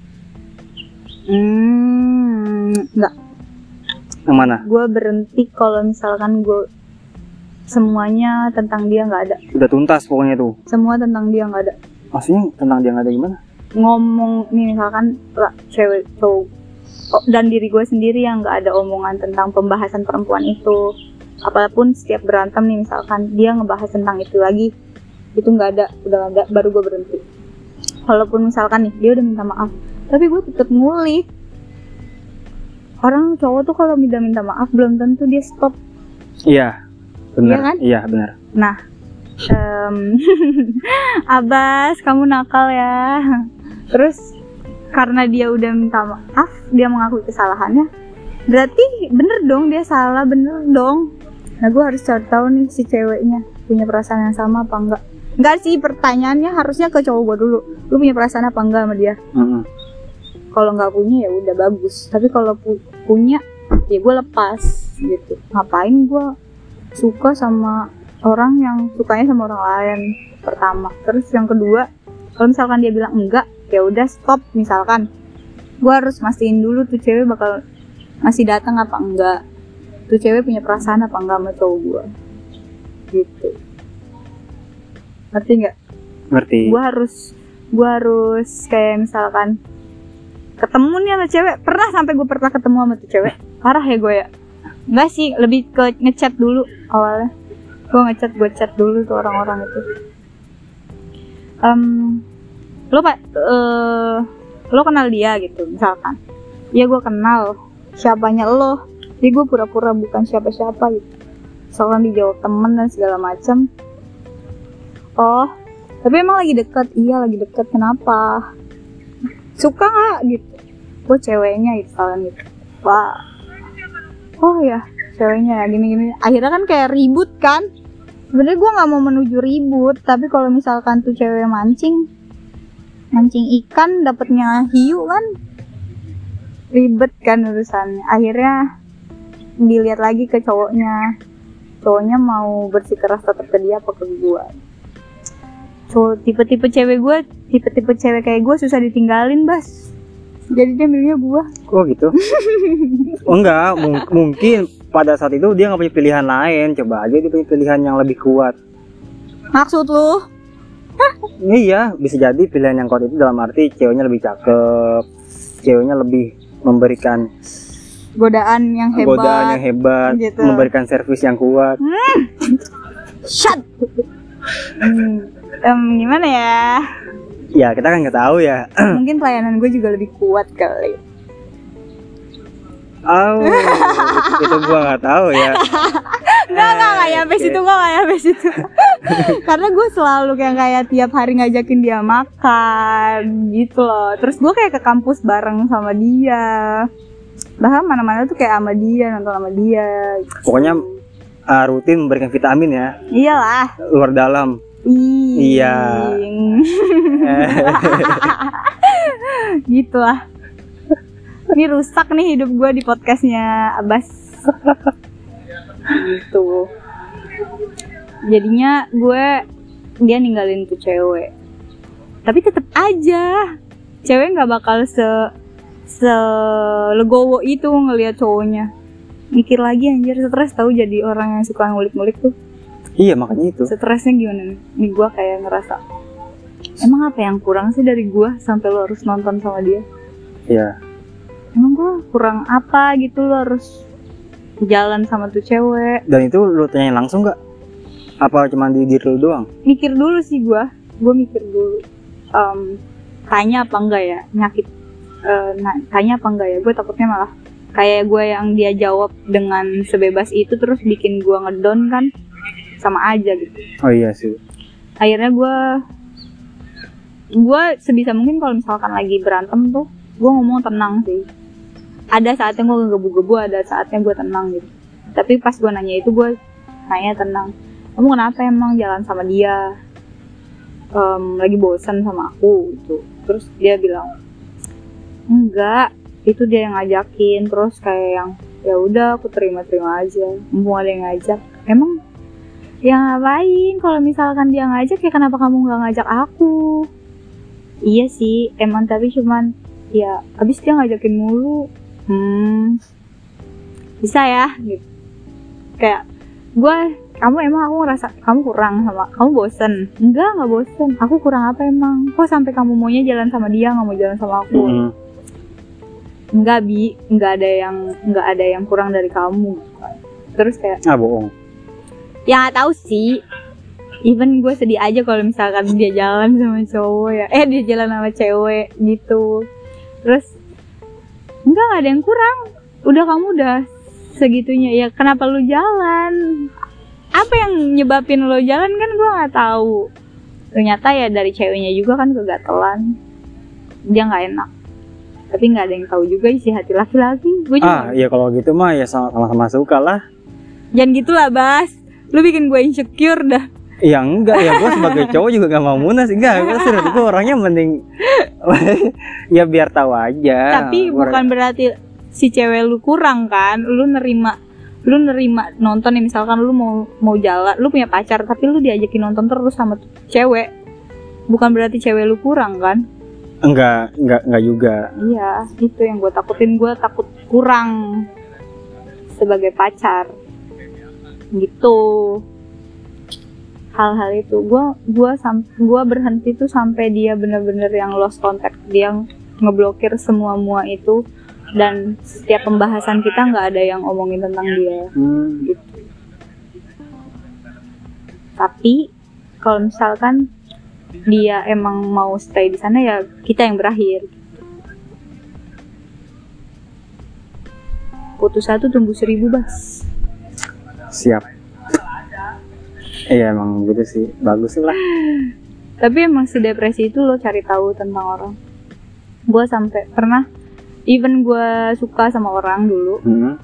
Enggak. Yang mana? Gue berhenti kalau misalkan gue semuanya tentang dia nggak ada. Udah tuntas pokoknya tuh. Semua tentang dia nggak ada. Maksudnya tentang dia nggak ada gimana? Ngomong nih misalkan lah, cewek cowok dan diri gue sendiri yang nggak ada omongan tentang pembahasan perempuan itu. Apapun setiap berantem nih misalkan dia ngebahas tentang itu lagi, itu nggak ada, udah nggak ada, baru gue berhenti. Walaupun misalkan nih dia udah minta maaf, tapi gue tetap ngulik. Orang cowok tuh kalau minta maaf belum tentu dia stop. Iya, benar. Iya kan? Iya benar. Nah, Abbas, kamu nakal ya. Terus karena dia udah minta maaf, dia mengakui kesalahannya, berarti bener dong dia salah, bener dong. Nah, gue harus cari tahu nih si ceweknya punya perasaan yang sama apa enggak. Enggak sih, pertanyaannya harusnya ke cowok gue dulu. Lu punya perasaan apa enggak sama dia? Kalau nggak punya ya udah bagus. Tapi kalau punya ya gue lepas gitu. Ngapain gue suka sama orang yang sukanya sama orang lain, pertama. Terus yang kedua, kalau misalkan dia bilang enggak, ya udah stop. Misalkan gue harus mastiin dulu tuh cewek bakal masih datang apa enggak, tuh cewek punya perasaan apa enggak sama cowok gue gitu. Ngerti nggak? Ngerti. Gue harus kayak misalkan ketemu nih sama cewek, sampai gue pernah ketemu sama tuh cewek, parah ya gue ya. Enggak sih, lebih ke ngechat dulu awalnya. Gue chat dulu tuh orang-orang itu. Lo kenal dia gitu misalkan. Ya gue kenal. Siapanya lo? Jadi gue pura-pura bukan siapa-siapa gitu. Soalnya dijawab temen dan segala macam. Oh, tapi emang lagi deket? Iya lagi deket. Kenapa? Suka nggak gitu? Gue ceweknya gitu soalnya gitu. Wah. Oh ya, ceweknya ya gini-gini. Akhirnya kan kayak ribut kan. Sebenarnya gue nggak mau menuju ribut, tapi kalau misalkan tuh cewek mancing ikan, dapetnya hiu kan, ribet kan urusannya. Akhirnya dilihat lagi ke cowoknya mau bersikeras tetap ke dia apa ke gue. Tipe-tipe cewek kayak gue susah ditinggalin, Bas. Jadi dia milihnya gue. Oh gitu? Oh enggak, mungkin pada saat itu dia nggak punya pilihan lain. Coba aja dia punya pilihan yang lebih kuat. Maksud lu? Iya, bisa jadi pilihan yang kuat itu dalam arti ceweknya lebih cakep, ceweknya lebih memberikan godaan yang hebat gitu. Memberikan servis yang kuat. Shut. Gimana ya? Ya kita kan nggak tahu ya. Mungkin pelayanan gue juga lebih kuat kali. Oh, itu gue nggak tahu ya. Nggak nyampe situ, Karena gue selalu kayak tiap hari ngajakin dia makan gitu loh. Terus gue kayak ke kampus bareng sama dia. Bahkan mana-mana tuh kayak sama dia, nonton sama dia gitu. Pokoknya rutin memberikan vitamin ya. Iyalah. Luar dalam. Iya. Gitu lah. Ini rusak nih hidup gue di podcastnya Abbas. Gitu. Jadinya dia ninggalin tuh cewek. Tapi tetep aja cewek nggak bakal legowo itu ngelihat cowoknya. Mikir lagi anjir, stres tahu jadi orang yang suka ngulik-ngulik tuh. Iya makanya itu. Stresnya gimana nih? Nih gue kayak ngerasa, emang apa yang kurang sih dari gue sampai lo harus nonton sama dia? Iya. Emang gue kurang apa gitu lo harus jalan sama tuh cewek? Dan itu lo tanyain langsung nggak? Apa cuma di diri lo doang? Mikir dulu sih gue mikir dulu. Tanya apa enggak ya? Tanya apa enggak ya? Gue takutnya malah kayak gue yang dia jawab dengan sebebas itu terus bikin gue ngedown kan, sama aja gitu. Oh iya sih. Akhirnya gue sebisa mungkin kalau misalkan lagi berantem tuh gue ngomong tenang sih. Ada saatnya gue ngegebu-gebu, ada saatnya gue tenang gitu. Tapi pas gue nanya itu, gue nanya tenang, kamu kenapa emang jalan sama dia? Lagi bosan sama aku gitu. Terus dia bilang, enggak, itu dia yang ngajakin. Terus kayak yang ya udah aku terima-terima aja, mumpung ada yang ngajak. Emang ya ngapain kalau misalkan dia ngajak, ya kenapa kamu nggak ngajak aku? Iya sih emang, tapi cuman ya abis dia ngajakin mulu. Bisa ya gitu. Kayak kamu emang aku ngerasa kamu kurang sama, kamu bosen? Enggak bosen. Aku kurang apa emang? Kok sampai kamu maunya jalan sama dia, nggak mau jalan sama aku? Enggak Bi, nggak ada yang kurang dari kamu. Terus kayak bohong. Ya nggak tahu sih. Even gue sedih aja kalau misalkan dia jalan sama cowok ya. Dia jalan sama cewek gitu. Terus enggak ada yang kurang. Kamu udah segitunya ya. Kenapa lu jalan? Apa yang nyebabin lo jalan kan gue nggak tahu. Ternyata ya dari ceweknya juga kan kegatelan. Dia nggak enak. Tapi nggak ada yang tahu juga isi hati laki-laki. Gue juga. Ya kalau gitu mah ya sama-sama suka lah. Jangan gitulah Bas. Lu bikin gue insecure dah. Ya enggak, ya gue sebagai cowok juga gak mau munas. Enggak, gue orangnya mending ya biar tahu aja. Tapi bukan berarti si cewek lu kurang kan. Lu nerima nonton nih, misalkan lu mau jalan, lu punya pacar tapi lu diajakin nonton terus sama cewek. Bukan berarti cewek lu kurang kan? Enggak juga. Iya, itu yang gue takutin. Gue takut kurang sebagai pacar gitu. Hal-hal itu gue berhenti tuh sampai dia bener-bener yang lost contact, dia ngeblokir semua itu, dan setiap pembahasan kita nggak ada yang ngomongin tentang dia gitu. Tapi kalau misalkan dia emang mau stay di sana, ya kita yang berakhir. Putus satu tumbuh 1000 Bas. Siap. Iya emang gitu sih, bagus lah. Tapi emang sedepresi itu lo cari tahu tentang orang. Gue sampai pernah, even gue suka sama orang dulu,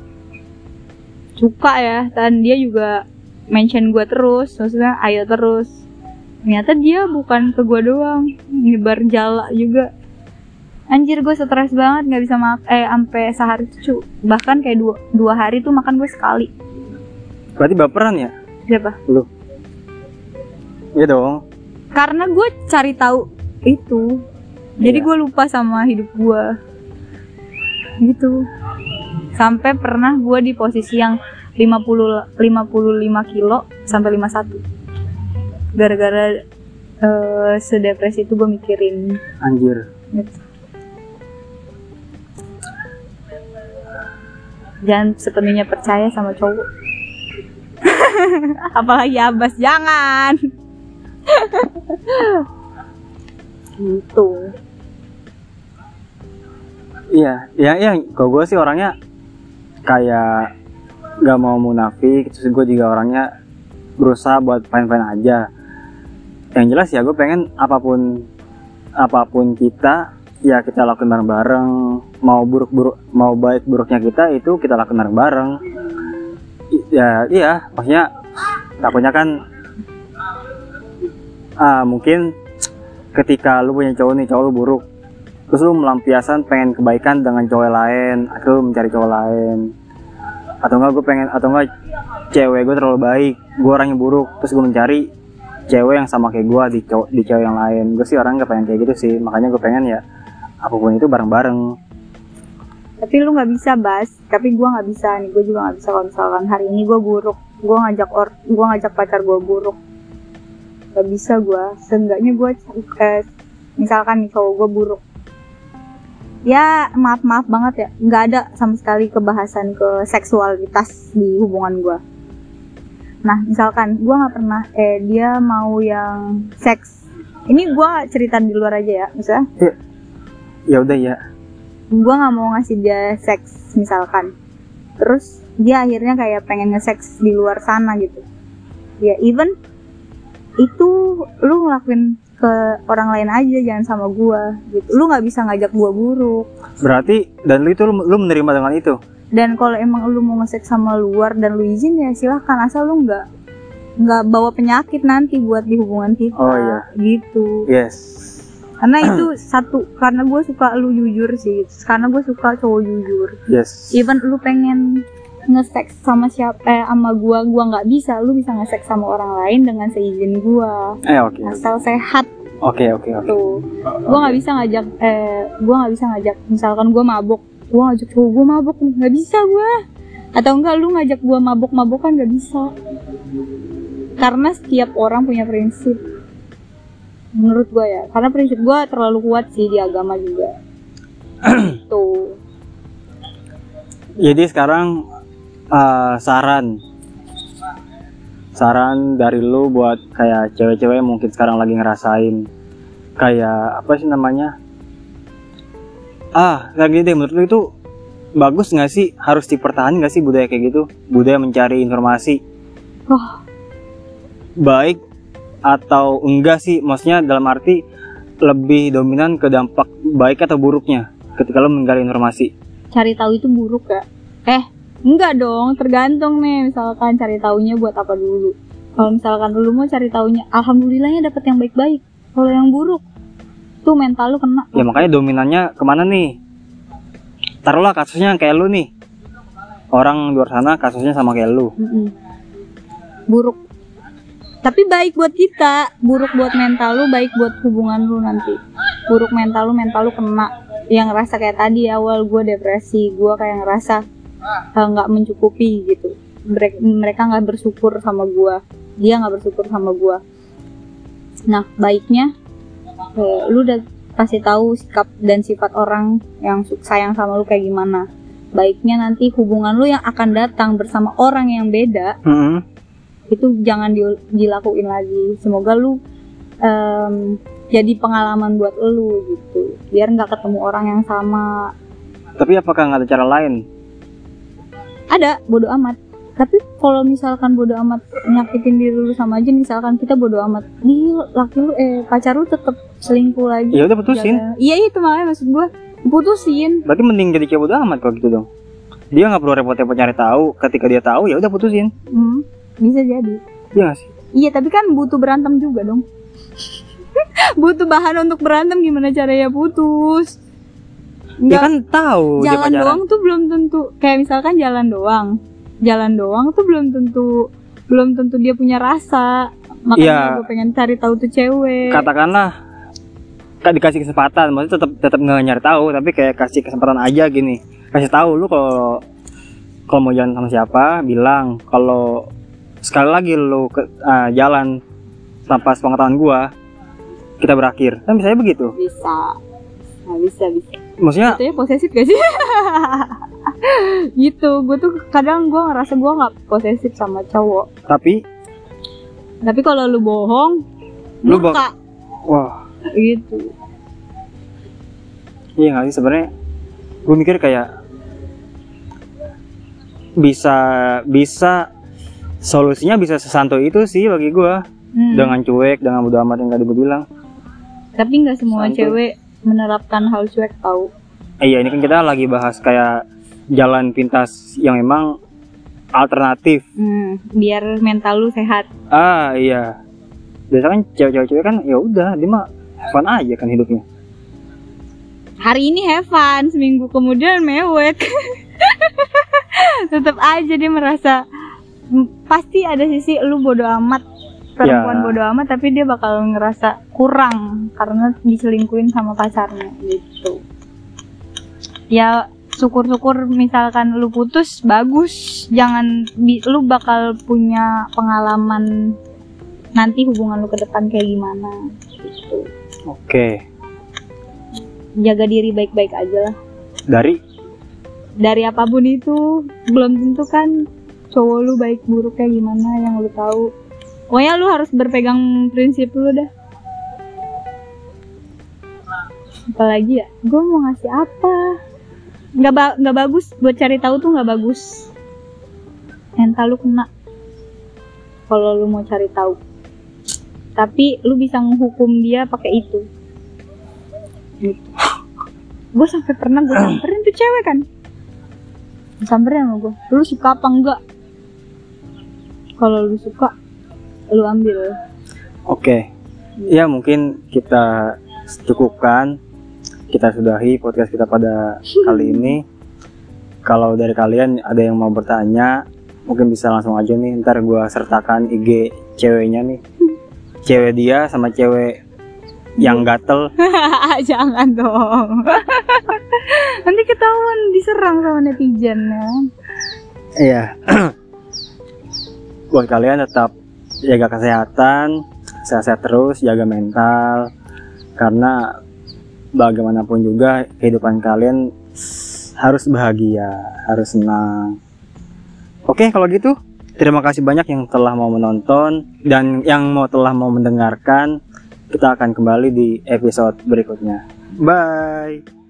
suka ya, dan dia juga mention gue terus, maksudnya ayo terus. Ternyata dia bukan ke gue doang, nyebar jala juga. Anjir, gue stres banget, nggak bisa sampai sehari tuh, bahkan kayak dua hari tuh makan gue sekali. Berarti baperan ya? Siapa? Lu? Iya dong. Karena gue cari tahu itu, jadi gue lupa sama hidup gue, gitu. Sampai pernah gue di posisi yang 55 kilo sampai 51. Gara-gara sedepresi itu gue mikirin. Anjir. Gitu. Jangan sepenuhnya percaya sama cowok. Apalagi Abbas, jangan. Gitu. Iya. Kalau gue sih orangnya kayak gak mau munafik. Terus gue juga orangnya berusaha buat fine-fine aja. Yang jelas ya gue pengen apapun kita, ya kita lakukan bareng-bareng. Mau baik buruknya itu kita lakukan bareng-bareng. Ya iya, maksudnya takutnya kan mungkin ketika lu punya cowok lu buruk, terus lu melampiaskan pengen kebaikan dengan cowok lain, akhirnya lu mencari cowok lain. Atau enggak cewek gue terlalu baik, gue orangnya buruk, terus gue mencari cewek yang sama kayak gue di cewek yang lain. Gue sih orang gak pengen kayak gitu sih, makanya gue pengen ya apapun itu bareng-bareng. Tapi lu nggak bisa Bas, tapi gue nggak bisa nih, gue juga nggak bisa kalau misalkan hari ini gue buruk, gue ngajak pacar gue buruk, nggak bisa gue. Seenggaknya gue misalkan nih cowok gue buruk, ya maaf banget ya, nggak ada sama sekali kebahasan ke seksualitas di hubungan gue. Nah misalkan gue nggak pernah dia mau yang seks, ini gue cerita di luar aja ya, misalnya ya udah ya, gue nggak mau ngasih dia seks misalkan, terus dia akhirnya kayak pengen nge-seks di luar sana gitu ya, even itu lu ngelakuin ke orang lain aja, jangan sama gue gitu. Lu nggak bisa ngajak gue buruk. Berarti dan lu menerima dengan itu. Dan kalau emang lu mau nge-seks sama luar dan lu izin ya silahkan, asal lu nggak bawa penyakit nanti buat di hubungan kita. Oh iya. Gitu. Yes. Karena itu satu, karena gue suka lu jujur sih, karena gue suka cowok jujur. Yes. Even lu pengen nge-seks sama sama gue nggak bisa, lu bisa nge-seks sama orang lain dengan seizin gue. Oke. Asal sehat. Oke. Tuh. Gue nggak bisa ngajak, misalkan gue mabok, gue ngajak cowok gue mabok, nggak bisa gue. Atau enggak lu ngajak gue mabok-mabokan, nggak bisa. Karena setiap orang punya prinsip. Menurut gue ya, karena prinsip gue terlalu kuat sih di agama juga. Tuh. Jadi sekarang saran dari lu buat kayak cewek-cewek yang mungkin sekarang lagi ngerasain kayak apa sih namanya, kayak gini deh, menurut lu itu bagus nggak sih, harus dipertahankan nggak sih budaya kayak gitu, budaya mencari informasi? Baik atau enggak sih, maksudnya dalam arti lebih dominan ke dampak baik atau buruknya ketika lo menggali informasi? Cari tahu itu buruk gak? Enggak dong, tergantung nih. Misalkan cari taunya buat apa dulu. Kalau misalkan dulu mau cari taunya, alhamdulillahnya dapet yang baik-baik. Kalau yang buruk, tuh mental lu kena. Ya makanya dominannya kemana nih? Taruhlah kasusnya kayak lu nih, orang di luar sana kasusnya sama kayak lu. Buruk. Tapi baik buat kita, buruk buat mental lu, baik buat hubungan lu nanti. Buruk mental lu kena. Yang ngerasa kayak tadi awal gue depresi, gue kayak ngerasa nggak mencukupi gitu. Mereka nggak bersyukur sama gue, dia nggak bersyukur sama gue. Nah baiknya lu udah kasih tahu sikap dan sifat orang yang sayang sama lu kayak gimana. Baiknya nanti hubungan lu yang akan datang bersama orang yang beda, itu jangan dilakuin lagi. Semoga lu jadi pengalaman buat lu gitu, biar nggak ketemu orang yang sama. Tapi apakah nggak ada cara lain? Ada, bodo amat. Tapi kalau misalkan bodo amat nyakitin diri lu sama aja, misalkan kita bodo amat, nih laki lu pacar lu tetap selingkuh lagi. Ya udah putusin. Iya itu makanya maksud gua, putusin. Berarti mending jadi cewek bodo amat kalau gitu dong. Dia nggak perlu repot-repot nyari tahu. Ketika dia tahu ya udah putusin. Bisa jadi. Iya nggak sih? Iya tapi kan butuh berantem juga dong. Butuh bahan untuk berantem, gimana caranya putus? Dia kan tahu jalan doang tuh belum tentu, kayak misalkan jalan doang tuh belum tentu dia punya rasa. Makanya gue pengen cari tahu tuh cewek. Katakanlah dikasih kesempatan, maksudnya tetap nggak nyari tahu, tapi kayak kasih kesempatan aja gini, kasih tahu lu kalau mau jalan sama siapa bilang, kalau sekali lagi lu jalan tanpa sepengetahuan gua kita berakhir, kan bisa begitu? Bisa. Maksudnya itu ya posesif gak sih? Gitu, gue tuh kadang gue ngerasa gue nggak posesif sama cowok. Tapi kalau lu bohong, lu wah. Gitu. Iya nggak sih, sebenarnya gue mikir kayak bisa solusinya bisa sesantuy itu sih bagi gue. Dengan cuek, dengan bodo amat yang tadi gue bilang. Tapi nggak semua cewek menerapkan hal cuek tahu. Iya, ini kan kita lagi bahas kayak jalan pintas yang memang alternatif. Biar mental lu sehat. Iya. Biasanya kan cewek-cewek kan ya udah dia mah have fun aja kan hidupnya. Hari ini have fun, seminggu kemudian mewek. Tetap aja dia merasa pasti ada sisi lu bodo amat, perempuan bodo amat, tapi dia bakal ngerasa kurang karena diselingkuhin sama pacarnya gitu. Ya syukur-syukur misalkan lu putus, bagus. Jangan lu bakal punya pengalaman nanti hubungan lu ke depan kayak gimana gitu. Oke. Jaga diri baik-baik aja lah. Dari apapun itu, belum tentu kan cowok lu baik buruk kayak gimana yang lu tahu. Pokoknya lu harus berpegang prinsip lu dah. Apalagi ya, gue mau ngasih apa? Nggak bagus buat cari tahu tuh, nggak bagus. Mental lu kena kalau lu mau cari tahu. Tapi lu bisa menghukum dia pakai itu. Gitu. Gue sampai pernah gue samperin tuh cewek kan, samperin sama gue, lu suka apa enggak? Kalau lu suka, lu ambil. Oke. Ya mungkin kita cukupkan, kita sudahi podcast kita pada kali ini. Kalau dari kalian ada yang mau bertanya, mungkin bisa langsung aja nih, ntar gue sertakan IG ceweknya nih, cewek dia sama cewek yang gatel. Jangan dong. Nanti ketahuan diserang sama netizen ya. Iya. Buat kalian tetap jaga kesehatan, sehat-sehat terus, jaga mental, karena bagaimanapun juga kehidupan kalian harus bahagia, harus senang. Oke, kalau gitu terima kasih banyak yang telah mau menonton dan yang telah mau mendengarkan. Kita akan kembali di episode berikutnya. Bye.